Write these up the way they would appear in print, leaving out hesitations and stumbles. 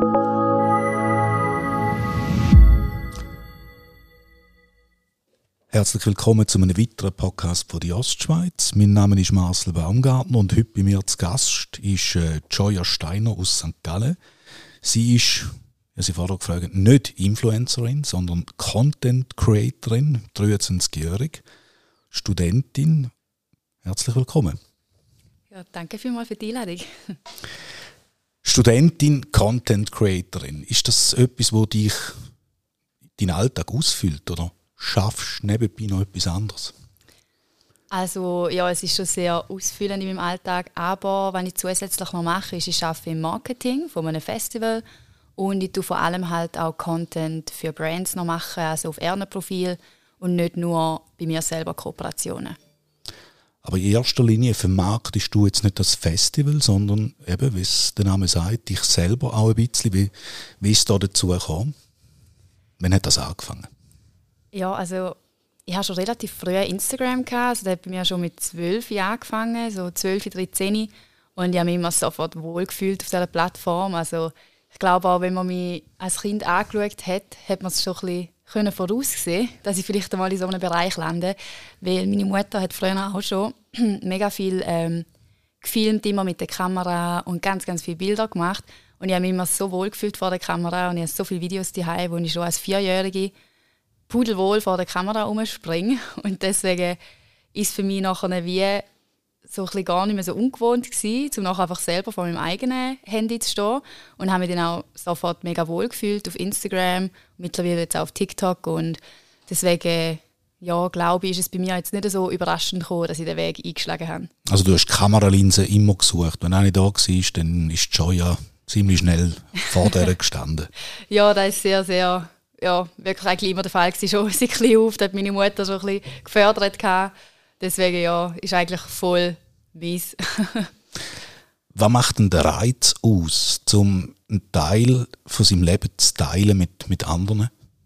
Herzlich willkommen zu einem weiteren Podcast von der Ostschweiz. Mein Name ist Marcel Baumgartner und heute bei mir zu Gast ist Gioia Steiner aus St. Gallen. Sie ist, ja, Sie vorher gefragt, nicht Influencerin, sondern Content Creatorin, 23-jährig, Studentin. Herzlich willkommen. Ja, danke vielmals für die Einladung. Studentin, Content Creatorin. Ist das etwas, wo dich deinen Alltag ausfüllt, oder schaffst du nebenbei noch etwas anderes? Also ja, es ist schon sehr ausfüllend in meinem Alltag, aber was ich zusätzlich noch mache, ist, ich arbeite im Marketing von einem Festival und ich tue vor allem halt auch Content für Brands noch machen, also auf ihrem Profil und nicht nur bei mir selber Kooperationen. Aber in erster Linie vermarktest du jetzt nicht das Festival, sondern eben, wie es der Name sagt, dich selber auch ein bisschen. Wie ist es da dazu gekommen? Wann hat das angefangen? Ja, also ich hatte schon relativ früh Instagram gehabt, also das hat bei mir schon mit 12 Jahren angefangen, so 12, 13. Und ich habe mich immer sofort wohlgefühlt auf dieser Plattform. Also ich glaube auch, wenn man mich als Kind angeschaut hat, hat man es schon ein bisschen voraussehen, dass ich vielleicht einmal in so einem Bereich lande. Weil meine Mutter hat früher auch schon mega viel gefilmt, immer mit der Kamera und ganz, ganz viele Bilder gemacht. Und ich habe mich immer so wohlgefühlt vor der Kamera und ich habe so viele Videos daheim, wo ich schon als 4-Jährige pudelwohl vor der Kamera rumspringe. Und deswegen ist für mich nachher wie so ein bisschen gar nicht mehr so ungewohnt gewesen, um nachher einfach selber vor meinem eigenen Handy zu stehen. Und habe mich dann auch sofort mega wohl gefühlt auf Instagram, mittlerweile jetzt auch auf TikTok. Und deswegen, ja, glaube ich, ist es bei mir jetzt nicht so überraschend gekommen, dass ich den Weg eingeschlagen habe. Also du hast die Kameralinse immer gesucht. Wenn eine da war, dann ist Gioia ziemlich schnell vor der gestanden. Ja, das ist sehr, sehr... Ja, wirklich eigentlich immer der Fall gewesen, schon ein bisschen auf, da hat meine Mutter schon ein bisschen gefördert gehabt. Deswegen ja, ist eigentlich voll weiss. Was macht denn der Reiz aus, um einen Teil von seinem Leben zu teilen mit anderen?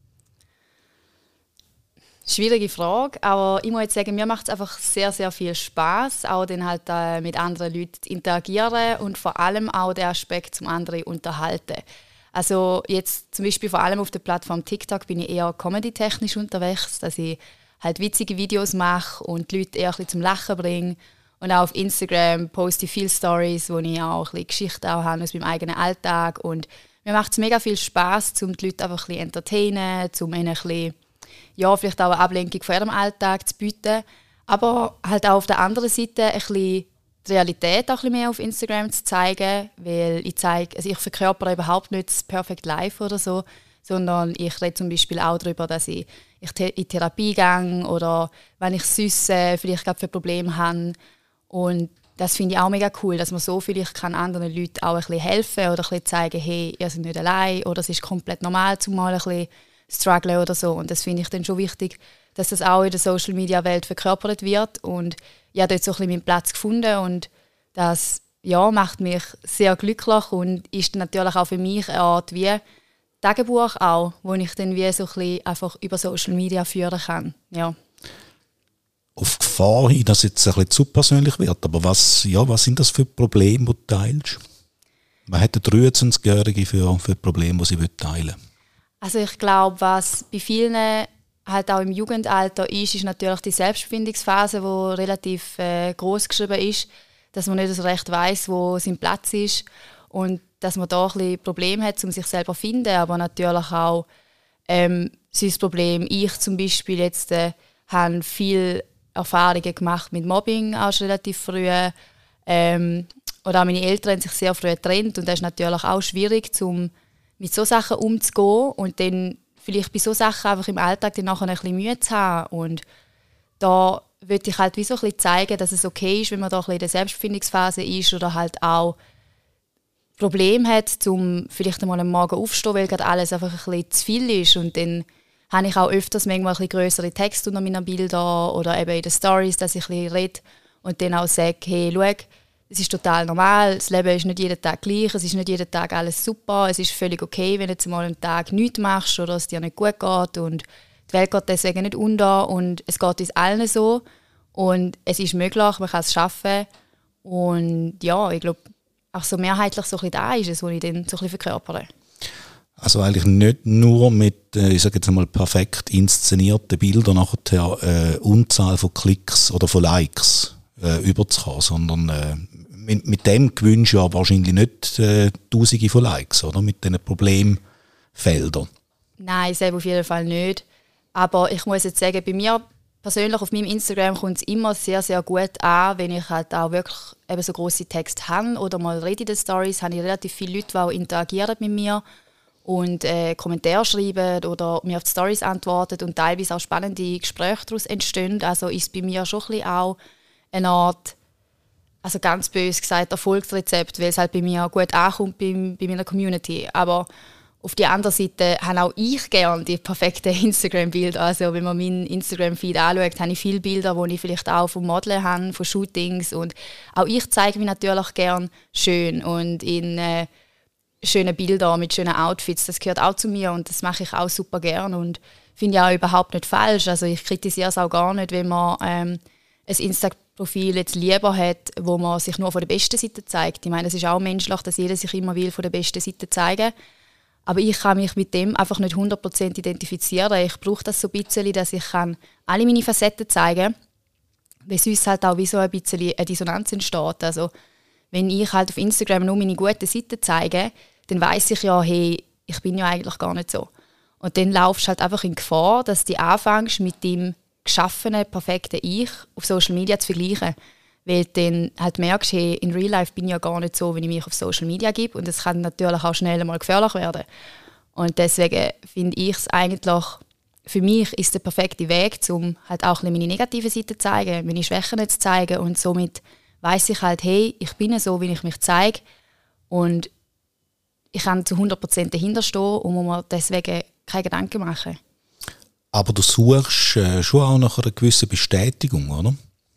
Schwierige Frage, aber ich muss jetzt sagen, mir macht es einfach sehr, sehr viel Spass, auch dann halt mit anderen Leuten zu interagieren und vor allem auch den Aspekt zum anderen unterhalten. Also jetzt zum Beispiel vor allem auf der Plattform TikTok bin ich eher comedy-technisch unterwegs, dass ich halt witzige Videos mache und die Leute eher ein bisschen zum Lachen bringe. Und auch auf Instagram poste ich viele Stories, wo ich auch ein bisschen Geschichten auch habe aus meinem eigenen Alltag. Und mir macht es mega viel Spass, um die Leute einfach ein bisschen entertainen, um ihnen ein bisschen, ja, vielleicht auch eine Ablenkung von ihrem Alltag zu bieten. Aber halt auch auf der anderen Seite ein bisschen die Realität auch ein bisschen mehr auf Instagram zu zeigen, weil ich verkörpere überhaupt nicht das Perfect Life oder so, sondern ich rede zum Beispiel auch darüber, dass ich in Therapie gehe oder wenn ich sonst vielleicht gerade für Probleme habe. Und das finde ich auch mega cool, dass man so vielleicht kann anderen Leuten auch ein bisschen helfen oder ein bisschen zeigen, hey, ihr seid nicht allein oder es ist komplett normal, zumal ein bisschen strugglen oder so. Und das finde ich dann schon wichtig, dass das auch in der Social-Media-Welt verkörpert wird. Und ich habe dort so ein bisschen meinen Platz gefunden und das ja, macht mich sehr glücklich und ist dann natürlich auch für mich eine Art wie Tagebuch auch, wo ich dann wie so ein bisschen einfach über Social-Media führen kann. Ja. Auf Gefahr hin, dass es jetzt ein bisschen zu persönlich wird, aber was sind das für Probleme, die du teilst? Was hat der 23-Jährige für Probleme, die sie teilen will? Also ich glaube, was bei vielen halt auch im Jugendalter ist natürlich die Selbstfindungsphase, die relativ groß geschrieben ist, dass man nicht so recht weiss, wo sein Platz ist und dass man da ein bisschen Probleme hat, um sich selber zu finden, aber natürlich auch sein Problem. Ich zum Beispiel jetzt habe viele Erfahrungen gemacht mit Mobbing auch schon relativ früh. Oder auch meine Eltern haben sich sehr früh getrennt und das ist natürlich auch schwierig, mit so Sachen umzugehen und dann vielleicht bei so Sachen einfach im Alltag dann nachher ein bisschen Mühe zu haben. Und da würde ich halt wie so ein bisschen zeigen, dass es okay ist, wenn man da ein bisschen in der Selbstfindungsphase ist oder halt auch Probleme hat, um vielleicht einmal am Morgen aufzustehen, weil gerade alles einfach ein bisschen zu viel ist. Und dann habe ich auch öfters manchmal ein bisschen grössere Texte unter meinen Bildern oder eben in den Stories, dass ich ein bisschen rede und dann auch sage, hey, schau, es ist total normal, das Leben ist nicht jeden Tag gleich, es ist nicht jeden Tag alles super, es ist völlig okay, wenn du jetzt mal einen Tag nichts machst oder es dir nicht gut geht und die Welt geht deswegen nicht unter und es geht uns allen so und es ist möglich, man kann es schaffen und ja, ich glaube, auch so mehrheitlich so ein bisschen da ist es, was ich dann so ein bisschen verkörpere. Also eigentlich nicht nur mit, ich sage jetzt mal, perfekt inszenierten Bildern nachher Unzahl von Klicks oder von Likes überzukommen, sondern mit dem gewünscht ja wahrscheinlich nicht Tausende von Likes, oder? Mit diesen Problemfeldern. Nein, selber auf jeden Fall nicht. Aber ich muss jetzt sagen, bei mir persönlich auf meinem Instagram kommt es immer sehr, sehr gut an, wenn ich halt auch wirklich eben so grosse Texte habe oder mal rede in den Stories, habe ich relativ viele Leute, die auch interagieren mit mir und Kommentare schreiben oder mir auf die Stories antworten und teilweise auch spannende Gespräche daraus entstehen. Also ist bei mir schon ein bisschen auch eine Art, also ganz böse gesagt, Erfolgsrezept, weil es halt bei mir gut ankommt bei meiner Community. Aber auf der anderen Seite habe auch ich gerne die perfekten Instagram-Bilder. Also wenn man meinen Instagram-Feed anschaut, habe ich viele Bilder, die ich vielleicht auch vom Modeln habe, von Shootings. Und auch ich zeige mich natürlich gerne schön und in schöne Bilder mit schönen Outfits. Das gehört auch zu mir und das mache ich auch super gerne und finde ich auch überhaupt nicht falsch. Also ich kritisiere es auch gar nicht, wenn man ein Insta-Profil jetzt lieber hat, wo man sich nur von der besten Seite zeigt. Ich meine, es ist auch menschlich, dass jeder sich immer will von der besten Seite zeigen. Aber ich kann mich mit dem einfach nicht 100% identifizieren. Ich brauche das so ein bisschen, dass ich alle meine Facetten zeigen kann, weil sonst halt auch wie so ein bisschen eine Dissonanz entsteht. Also wenn ich halt auf Instagram nur meine guten Seiten zeige, dann weiss ich ja, hey, ich bin ja eigentlich gar nicht so. Und dann laufst du halt einfach in Gefahr, dass du anfängst mit dem geschaffenen, perfekten Ich auf Social Media zu vergleichen. Weil du dann halt merkst, hey, in Real Life bin ich ja gar nicht so, wenn ich mich auf Social Media gebe. Und das kann natürlich auch schnell mal gefährlich werden. Und deswegen finde ich es eigentlich, für mich ist der perfekte Weg, um halt auch meine negativen Seiten zu zeigen, meine Schwächen zu zeigen. Und somit weiss ich halt, hey, ich bin so, wie ich mich zeige. Und ich kann zu 100% dahinter stehen und muss mir deswegen keine Gedanken machen. Aber du suchst schon auch nach einer gewissen Bestätigung, oder?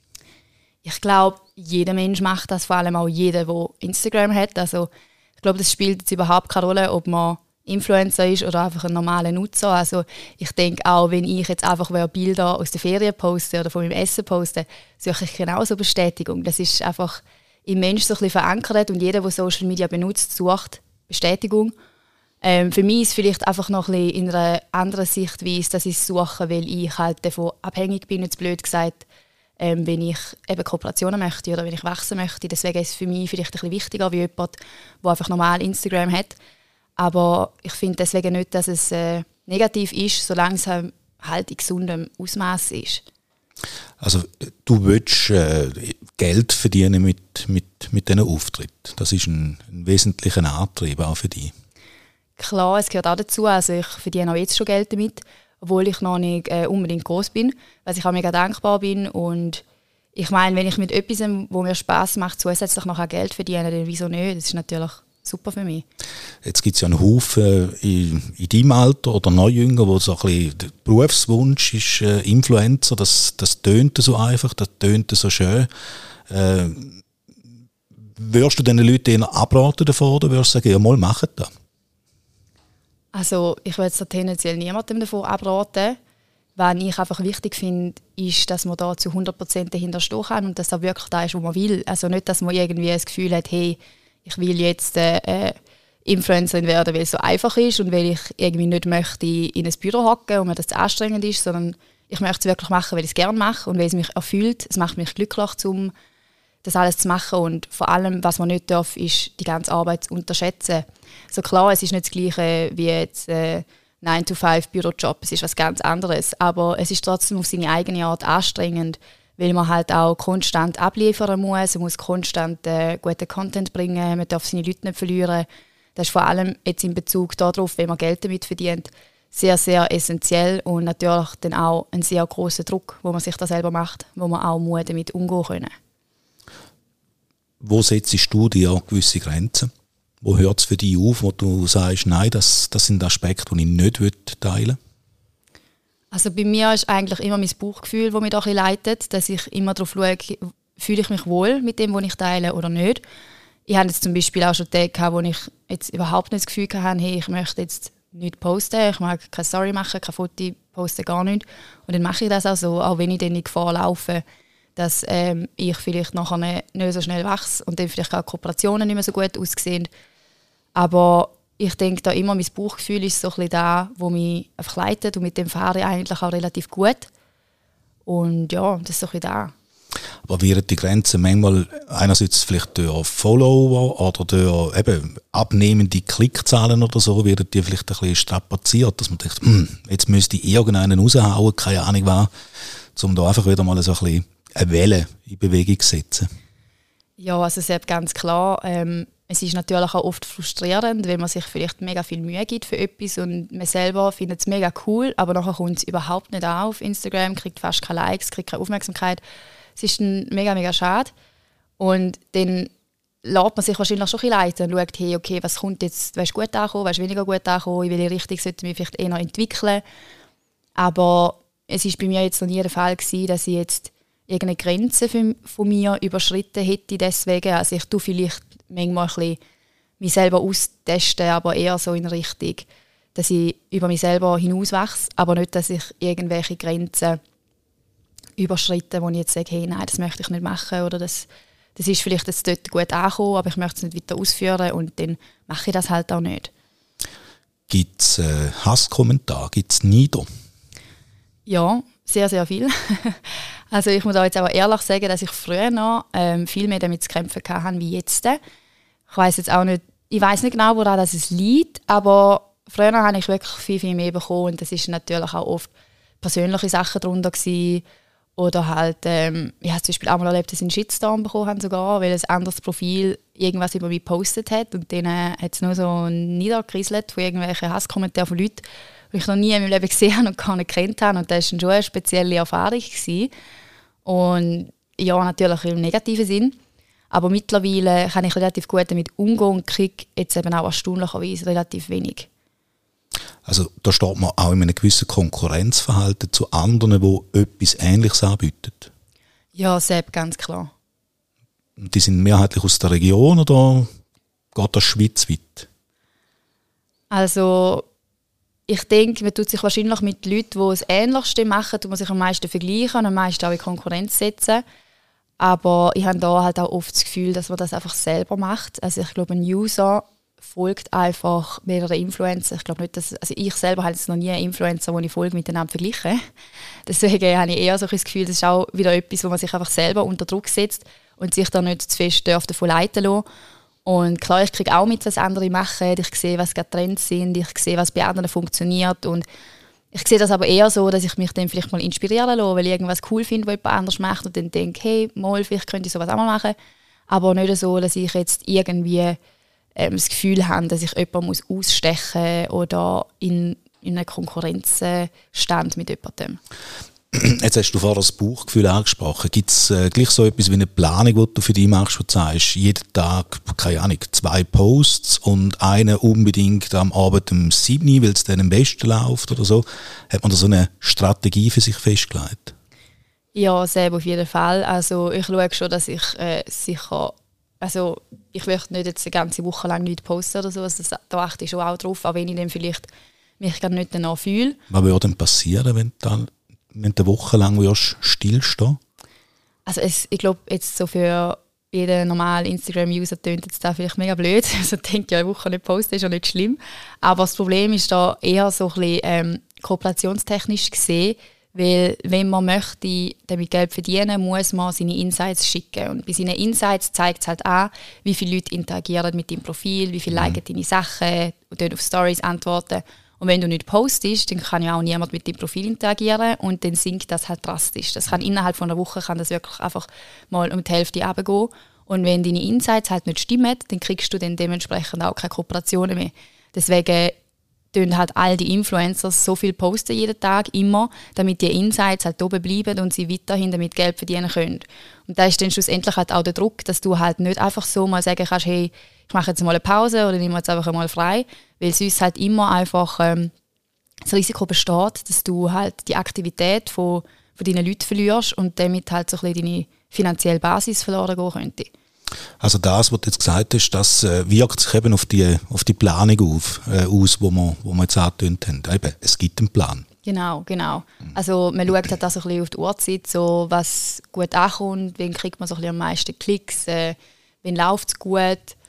Ich glaube, jeder Mensch macht das, vor allem auch jeder, der Instagram hat. Also, ich glaube, das spielt jetzt überhaupt keine Rolle, ob man Influencer ist oder einfach ein normaler Nutzer. Also, ich denke auch, wenn ich jetzt einfach Bilder aus der Ferien poste oder von meinem Essen poste, suche ich genauso Bestätigung. Das ist einfach im Menschen so ein bisschen verankert und jeder, der Social Media benutzt, sucht Bestätigung. Für mich ist es vielleicht einfach noch ein bisschen in einer anderen Sichtweise, dass ich es suche, weil ich halt davon abhängig bin, jetzt blöd gesagt, wenn ich eben Kooperationen möchte oder wenn ich wachsen möchte. Deswegen ist es für mich vielleicht ein bisschen wichtiger wie jemand, der einfach normal Instagram hat. Aber ich finde deswegen nicht, dass es negativ ist, solange es halt in gesundem Ausmaß ist. Also du willst Geld verdienen mit diesen Auftritten. Das ist ein wesentlicher Antrieb auch für dich. Klar, es gehört auch dazu. Also ich verdiene auch jetzt schon Geld damit, obwohl ich noch nicht unbedingt groß bin, weil ich auch mega dankbar bin. Und ich meine, wenn ich mit etwas, wo mir Spass macht, zusätzlich noch Geld verdiene, dann wieso nicht? Das ist natürlich super für mich. Jetzt gibt es ja einen Haufen in deinem Alter oder noch jünger, wo so ein bisschen der Berufswunsch ist, Influencer, das tönt so einfach, das tönt so schön. Würdest du diesen Leuten eher abraten davon oder würdest du sagen, ja mal, macht das? Also ich würde jetzt tendenziell niemandem davon abraten. Was ich einfach wichtig finde, ist, dass man da zu 100% dahinter stehen kann und dass das wirklich da ist, was man will. Also nicht, dass man irgendwie das Gefühl hat, hey, ich will jetzt Influencerin werden, weil es so einfach ist und weil ich irgendwie nicht möchte in ein Büro hocken und mir das zu anstrengend ist, sondern ich möchte es wirklich machen, weil ich es gerne mache und weil es mich erfüllt. Es macht mich glücklich, um das alles zu machen und vor allem, was man nicht darf, ist die ganze Arbeit zu unterschätzen. Also klar, es ist nicht das Gleiche wie jetzt 9-to-5-Bürojob, es ist was ganz anderes, aber es ist trotzdem auf seine eigene Art anstrengend, weil man halt auch konstant abliefern muss, man muss konstant guten Content bringen, man darf seine Leute nicht verlieren. Das ist vor allem jetzt in Bezug darauf, wenn man Geld damit verdient, sehr, sehr essentiell und natürlich dann auch ein sehr grosser Druck, wo man sich da selber macht, wo man auch muss damit umgehen können. Wo setzt du dir gewisse Grenzen? Wo hört es für dich auf, wo du sagst, nein, das sind Aspekte, die ich nicht teilen will? Also bei mir ist eigentlich immer mein Bauchgefühl, das mich da ein bisschen leitet, dass ich immer darauf schaue, fühle ich mich wohl mit dem, was ich teile oder nicht. Ich hatte jetzt zum Beispiel auch schon Tage, wo ich jetzt überhaupt nicht das Gefühl hatte, hey, ich möchte jetzt nichts posten, ich mag keine Story machen, kein Foto posten, gar nicht. Und dann mache ich das auch so, auch wenn ich dann in Gefahr laufe, dass ich vielleicht nachher nicht so schnell wachse und dann vielleicht auch Kooperationen nicht mehr so gut aussehen. Aber ich denke da immer, mein Bauchgefühl ist so ein bisschen da, wo mich einfach leitet und mit dem fahre ich eigentlich auch relativ gut. Und ja, das ist so ein bisschen da. Aber werden die Grenzen manchmal einerseits vielleicht durch Follower oder durch eben abnehmende Klickzahlen oder so, werden die vielleicht ein bisschen strapaziert, dass man denkt, jetzt müsste ich irgendeinen raushauen, keine Ahnung was, um da einfach wieder mal so ein bisschen eine Welle in Bewegung zu setzen? Ja, also es ist ganz klar, es ist natürlich auch oft frustrierend, wenn man sich vielleicht mega viel Mühe gibt für etwas und man selber findet es mega cool, aber nachher kommt es überhaupt nicht an auf Instagram, kriegt fast keine Likes, kriegt keine Aufmerksamkeit. Es ist dann mega, mega schade. Und dann lässt man sich wahrscheinlich schon ein bisschen leiten und schaut, hey, okay, was kommt jetzt, was ist gut angekommen, was ist weniger gut angekommen, in welche Richtung sollte ich mich vielleicht eher entwickeln. Aber es war bei mir jetzt noch nie der Fall gewesen, dass ich jetzt irgendeine Grenze von mir überschritten hätte deswegen. Also ich tue vielleicht manchmal ein bisschen mich selber austesten, aber eher so in Richtung, dass ich über mich selber hinauswachse, aber nicht, dass ich irgendwelche Grenzen überschritten, wo ich jetzt sage, hey, nein, das möchte ich nicht machen oder das ist vielleicht jetzt dort gut angekommen, aber ich möchte es nicht weiter ausführen und dann mache ich das halt auch nicht. Gibt es Hasskommentare? Gibt es Neider? Ja, sehr, sehr viel. Also ich muss auch jetzt aber ehrlich sagen, dass ich früher noch viel mehr damit zu kämpfen hatte wie jetzt. Ich weiss jetzt auch nicht, ich weiss nicht genau, woran das es liegt, aber früher habe ich wirklich viel, viel mehr bekommen und das ist natürlich auch oft persönliche Sachen darunter gewesen. Oder halt, ich habe zum Beispiel auch mal erlebt, dass sie einen Shitstorm bekommen haben sogar, weil ein anderes Profil irgendwas über mich gepostet hat und dann hat es nur so niedergerieselt von irgendwelchen Hasskommentaren von Leuten, die ich noch nie in meinem Leben gesehen habe und gar nicht gekannt habe. Und das war schon eine spezielle Erfahrung gewesen. Und ja, natürlich im negativen Sinn. Aber mittlerweile kann ich relativ gut damit umgehen und kriege jetzt eben auch erstaunlicherweise relativ wenig. Also da steht man auch in einem gewissen Konkurrenzverhalten zu anderen, die etwas Ähnliches anbieten? Ja, selbst ganz klar. Die sind mehrheitlich aus der Region oder geht das schweizweit? Also ich denke, man tut sich wahrscheinlich mit Leuten, die das Ähnlichste machen, tut man sich am meisten vergleichen und am meisten auch in Konkurrenz setzen. Aber ich habe da halt auch oft das Gefühl, dass man das einfach selber macht. Also ich glaube, ein User folgt einfach mehrere Influencer. Ich glaube nicht, dass, also ich selber habe jetzt noch nie einen Influencer, den ich folge, miteinander vergleichen. Deswegen habe ich eher so das Gefühl, das ist auch wieder etwas, wo man sich einfach selber unter Druck setzt und sich da nicht zu fest davon leiten lassen. Und klar, ich kriege auch mit, was andere machen. Ich sehe, was gerade Trends sind. Ich sehe, was bei anderen funktioniert. Und ich sehe das aber eher so, dass ich mich dann vielleicht mal inspirieren lasse, weil ich irgendwas cool finde, was jemand anders macht und dann denke, hey, mal, vielleicht könnte ich sowas auch mal machen. Aber nicht so, dass ich jetzt irgendwie das Gefühl habe, dass ich jemanden ausstechen muss oder in einer Konkurrenz stand mit jemandem. Jetzt hast du vorher das Bauchgefühl angesprochen. Gibt es gleich so etwas wie eine Planung, die du für dich machst, wo du sagst, jeden Tag, keine Ahnung, 2 Posts und einen unbedingt am Abend um 7 Uhr, weil es dann am besten läuft oder so? Hat man da so eine Strategie für sich festgelegt? Ja, selber auf jeden Fall. Also ich schaue schon, dass ich sicher, also ich möchte nicht jetzt eine ganze Woche lang nichts posten oder so, also da achte ich schon auch drauf, auch wenn ich dann vielleicht mich gar nicht danach fühle. Was würde denn passieren, wenn du eine Woche lang stillstehen? Also ich glaube, jetzt so für jeden normalen Instagram-User tönt jetzt da vielleicht mega blöd. Also ich denke, ja, eine Woche nicht posten ist ja nicht schlimm. Aber das Problem ist da eher so ein bisschen kooperationstechnisch gesehen, weil wenn man möchte damit Geld verdienen, muss man seine Insights schicken. Und bei seinen Insights zeigt es halt an, wie viele Leute interagieren mit deinem Profil, wie viele liken deine Sachen und dort auf Stories antworten. Und wenn du nicht postest, dann kann ja auch niemand mit deinem Profil interagieren und dann sinkt das halt drastisch. Das kann innerhalb von einer Woche kann das wirklich einfach mal um die Hälfte runtergehen. Und wenn deine Insights halt nicht stimmen, dann kriegst du dann dementsprechend auch keine Kooperationen mehr. Deswegen tun halt all die Influencers so viel posten jeden Tag, immer, damit die Insights halt oben bleiben und sie weiterhin damit Geld verdienen können. Und da ist dann schlussendlich halt auch der Druck, dass du halt nicht einfach so mal sagen kannst, hey, ich mache jetzt mal eine Pause oder nehme jetzt einfach mal frei, weil sonst halt immer einfach das Risiko besteht, dass du halt die Aktivität von deinen Leuten verlierst und damit halt so ein bisschen deine finanzielle Basis verloren gehen könnte. Also das, was du jetzt gesagt hast, das wirkt sich eben auf die Planung aus, wo wir jetzt angetönt haben. Eben, es gibt einen Plan. Genau. Also man schaut halt auch so ein bisschen auf die Uhrzeit, so, was gut ankommt, wann kriegt man so ein bisschen am meisten Klicks, wann läuft es gut.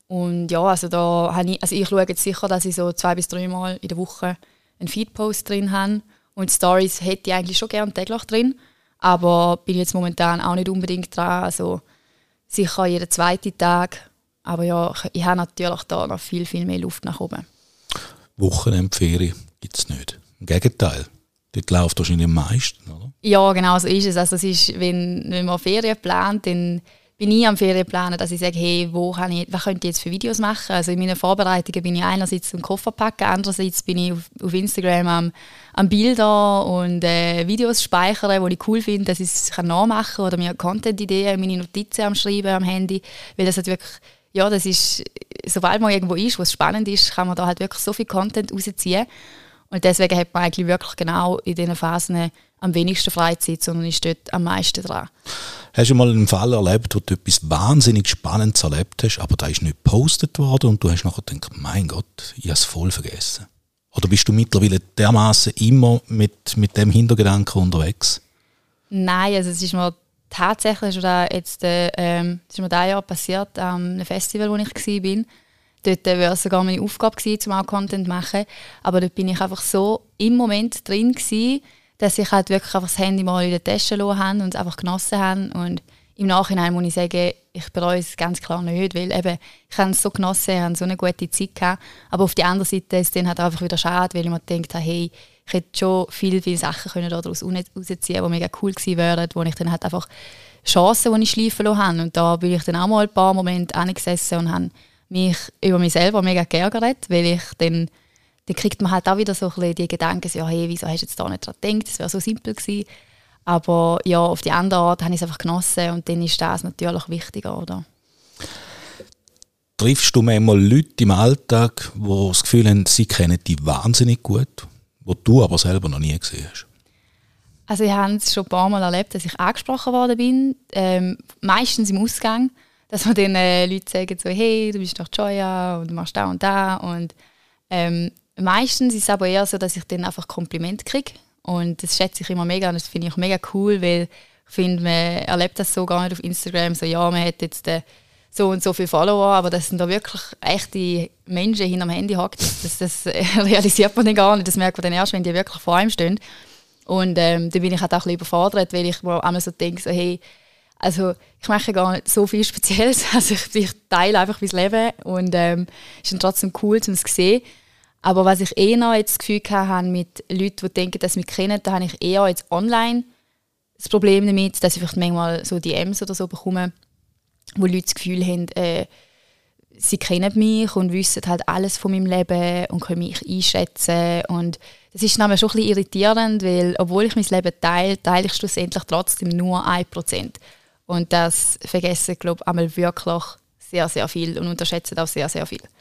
Und ja, also ich schaue jetzt sicher, dass ich so 2 bis 3 Mal in der Woche einen Feed-Post drin habe. Und Stories hätte ich eigentlich schon gerne täglich drin, aber bin jetzt momentan auch nicht unbedingt dran. Also sicher jeden 2. Tag. Aber ja, ich habe natürlich da noch viel, viel mehr Luft nach oben. Wochenendferien gibt es nicht. Im Gegenteil, dort läuft wahrscheinlich am meisten, oder? Ja, genau so ist es. Also es ist, wenn man Ferien plant, dann bin ich am Ferienplanen, dass ich sage, hey, was könnte ich jetzt für Videos machen? Also in meinen Vorbereitungen bin ich einerseits am Koffer packen, andererseits bin ich auf Instagram am Bilder und Videos speichern, die ich cool finde, dass ich es nachmachen kann oder mir Content-Ideen, meine Notizen am Schreiben am Handy, weil das halt wirklich, ja, das ist, sobald man irgendwo ist, wo es spannend ist, kann man da halt wirklich so viel Content rausziehen. Und deswegen hat man eigentlich wirklich genau in diesen Phasen am wenigsten Freizeit, sondern ist dort am meisten dran. Hast du mal einen Fall erlebt, wo du etwas wahnsinnig Spannendes erlebt hast, aber da ist nicht gepostet worden und du hast nachher gedacht, mein Gott, ich habe es voll vergessen? Oder bist du mittlerweile dermaßen immer mit dem Hintergedanken unterwegs? Nein, also es ist mir tatsächlich schon jetzt, es ist mir dieses Jahr passiert, an einem Festival, wo ich war. Dort war es sogar meine Aufgabe, um auch Content zu machen. Aber dort bin ich einfach so im Moment drin gewesen, dass ich halt wirklich einfach das Handy mal in der Tasche gelassen habe und es einfach genossen habe. Und im Nachhinein muss ich sagen, ich bereue es ganz klar nicht, weil eben, ich habe es so genossen, ich habe so eine gute Zeit gehabt. Aber auf der anderen Seite ist es dann halt einfach wieder schade, weil ich mir gedacht habe, hey, ich hätte schon viele Sachen daraus rausziehen können, die mega cool gewesen wären, wo ich dann halt einfach Chancen, die ich schleifen lassen habe. Und da bin ich dann auch mal ein paar Momente angesessen und habe mich über mich selber mega geärgert, weil ich dann kriegt man halt auch wieder so ein bisschen die Gedanken, so, ja, hey, wieso hast du jetzt da nicht dran gedacht, das wäre so simpel gewesen. Aber ja, auf die andere Art habe ich es einfach genossen und dann ist das natürlich wichtiger, oder? Triffst du manchmal Leute im Alltag, die das Gefühl haben, sie kennen dich wahnsinnig gut, die du aber selber noch nie gesehen hast? Also ich habe es schon ein paar Mal erlebt, dass ich angesprochen worden bin, meistens im Ausgang, dass man den Leuten sagen, so, hey, du bist doch Joya und du machst da und da. Und meistens ist es aber eher so, dass ich dann einfach Kompliment kriege. Und das schätze ich immer mega und das finde ich mega cool, weil ich finde, man erlebt das so gar nicht auf Instagram. So, ja, man hat jetzt so und so viele Follower, aber dass da wirklich echte Menschen hinterm Handy hockt, das realisiert man dann gar nicht. Das merkt man dann erst, wenn die wirklich vor einem stehen. Und dann bin ich halt auch ein bisschen überfordert, weil ich mir einmal so denke, so, hey, also ich mache gar nicht so viel Spezielles. Also ich teile einfach mein Leben und es ist dann trotzdem cool, um es zu sehen. Aber was ich eher jetzt das Gefühl habe mit Leuten, die denken, dass sie mich kennen, da habe ich eher jetzt online das Problem damit, dass ich vielleicht manchmal so DMs oder so bekomme, wo Leute das Gefühl haben, sie kennen mich und wissen halt alles von meinem Leben und können mich einschätzen. Und das ist dann schon ein bisschen irritierend, weil obwohl ich mein Leben teile ich schlussendlich trotzdem nur 1%. Und das vergessen, glaube ich, wirklich sehr, sehr viel und unterschätzen auch sehr, sehr viel.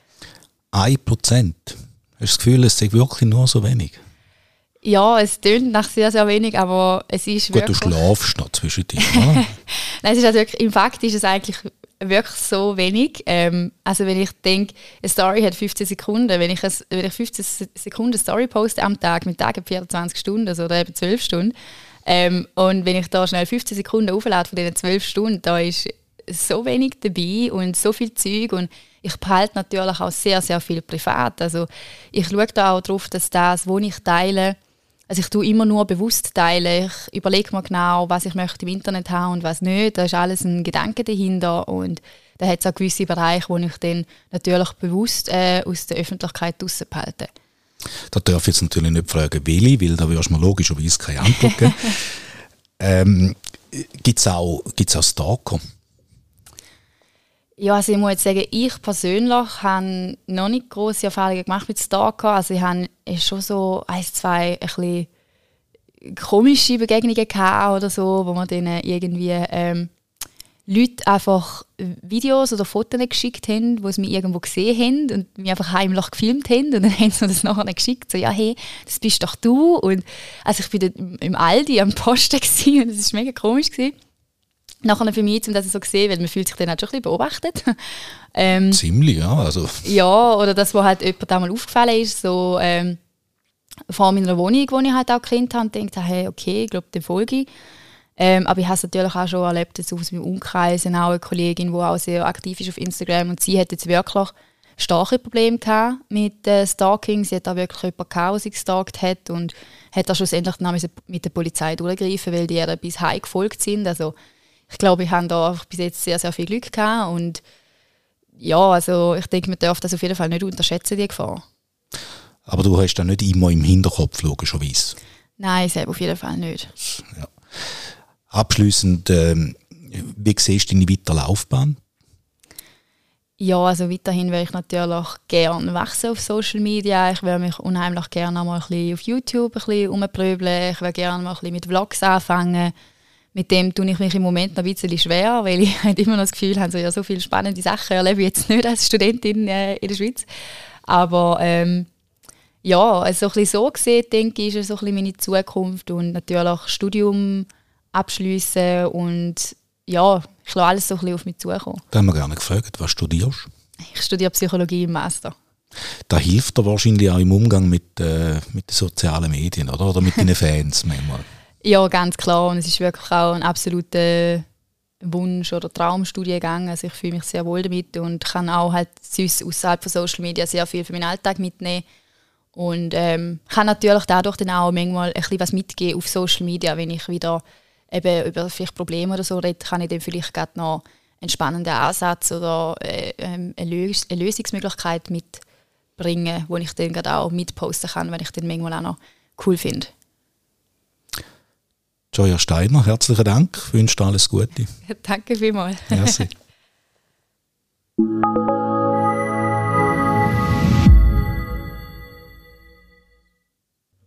1%? Hast du das Gefühl, es ist wirklich nur so wenig? Ja, es tönt nach sehr, sehr wenig, aber es ist gut, wirklich... Gut, du schlafst noch zwischendurch, oder? Nein, es ist also wirklich, im Fakt ist es eigentlich wirklich so wenig. Also wenn ich denke, eine Story hat 15 Sekunden, wenn ich 15 Sekunden Story poste am Tag, mit Tagen 24 Stunden also, oder eben 12 Stunden, und wenn ich da schnell 15 Sekunden auflade von diesen 12 Stunden, da ist so wenig dabei und so viel Zeug und ich behalte natürlich auch sehr, sehr viel privat. Also ich schaue da auch darauf, dass das, was ich teile, also ich tue immer nur bewusst teilen. Ich überlege mir genau, was ich möchte im Internet haben und was nicht. Da ist alles ein Gedanke dahinter und da hat es auch gewisse Bereiche, wo ich dann natürlich bewusst aus der Öffentlichkeit draussen behalte. Da darf ich jetzt natürlich nicht fragen, welche, weil da wirst du mir logischerweise keine Antwort geben. Gibt es auch Stalker? Ja, also ich muss jetzt sagen, ich persönlich habe noch nicht grosse Erfahrungen gemacht mit Stalker. Also ich habe schon so 1, 2 ein bisschen komische Begegnungen gehabt oder so, wo man denen irgendwie Leute einfach Videos oder Fotos geschickt haben, wo sie mich irgendwo gesehen haben und mich einfach heimlich gefilmt haben und dann haben sie mir das nachher geschickt, so ja, hey, das bist doch du. Und also ich war dort im Aldi am Posten gewesen, und das war mega komisch gewesen. Nachher für mich, um das so zu sehen, weil man fühlt sich dann halt schon ein bisschen beobachtet. Ziemlich, ja. Also. Ja, oder das, wo halt jemand einmal aufgefallen ist, so vor meiner Wohnung, wo ich halt auch Kind habe und denkt, hey, okay, ich glaube, dem folge ich. Aber ich habe es natürlich auch schon erlebt, dass aus meinem Umkreis auch eine Kollegin, die auch sehr aktiv ist auf Instagram, und sie hat jetzt wirklich starke Probleme gehabt mit Stalking. Sie hat auch wirklich jemanden gehabt, der sie gestalkt hat, und hat auch schlussendlich dann mit der Polizei durchgreifen, weil die ihr bis heim gefolgt sind. Also ich glaube, wir haben da bis jetzt sehr, sehr viel Glück gehabt, und ja, also ich denke, man darf das auf jeden Fall nicht unterschätzen, die Gefahr. Aber du hast das nicht immer im Hinterkopf, logischerweise. Nein, selber auf jeden Fall nicht. Ja. Abschliessend, wie siehst du deine weitere Laufbahn? Ja, also weiterhin würde ich natürlich gerne wachsen auf Social Media. Ich würde mich unheimlich gerne mal ein bisschen auf YouTube ein bisschen rumpröbeln. Ich würde gerne mal ein bisschen mit Vlogs anfangen. Mit dem tue ich mich im Moment noch ein bisschen schwer, weil ich halt immer noch das Gefühl habe, so viele spannende Sachen erlebe ich jetzt nicht als Studentin in der Schweiz. Aber ja, also ein bisschen so gesehen, denke ich, ist so ein bisschen meine Zukunft, und natürlich Studium abschliessen und ja, ich lasse alles so ein bisschen auf mich zukommen. Da haben wir gerne gefragt, was studierst du? Ich studiere Psychologie im Master. Das hilft dir wahrscheinlich auch im Umgang mit den sozialen Medien, oder mit deinen Fans manchmal. Ja, ganz klar. Und es ist wirklich auch ein absoluter Wunsch- oder Traumstudiengang. Also ich fühle mich sehr wohl damit und kann auch halt sonst außerhalb von Social Media sehr viel für meinen Alltag mitnehmen. Und kann natürlich dadurch dann auch manchmal ein bisschen was mitgeben auf Social Media, wenn ich wieder eben über vielleicht Probleme oder so rede, kann ich dann vielleicht gerade noch einen spannenden Ansatz oder eine Lösungsmöglichkeit mitbringen, die ich dann gerade auch mitposten kann, weil ich den manchmal auch noch cool finde. Gioia Steiner, herzlichen Dank. Ich wünsche dir alles Gute. Danke vielmals. Merci.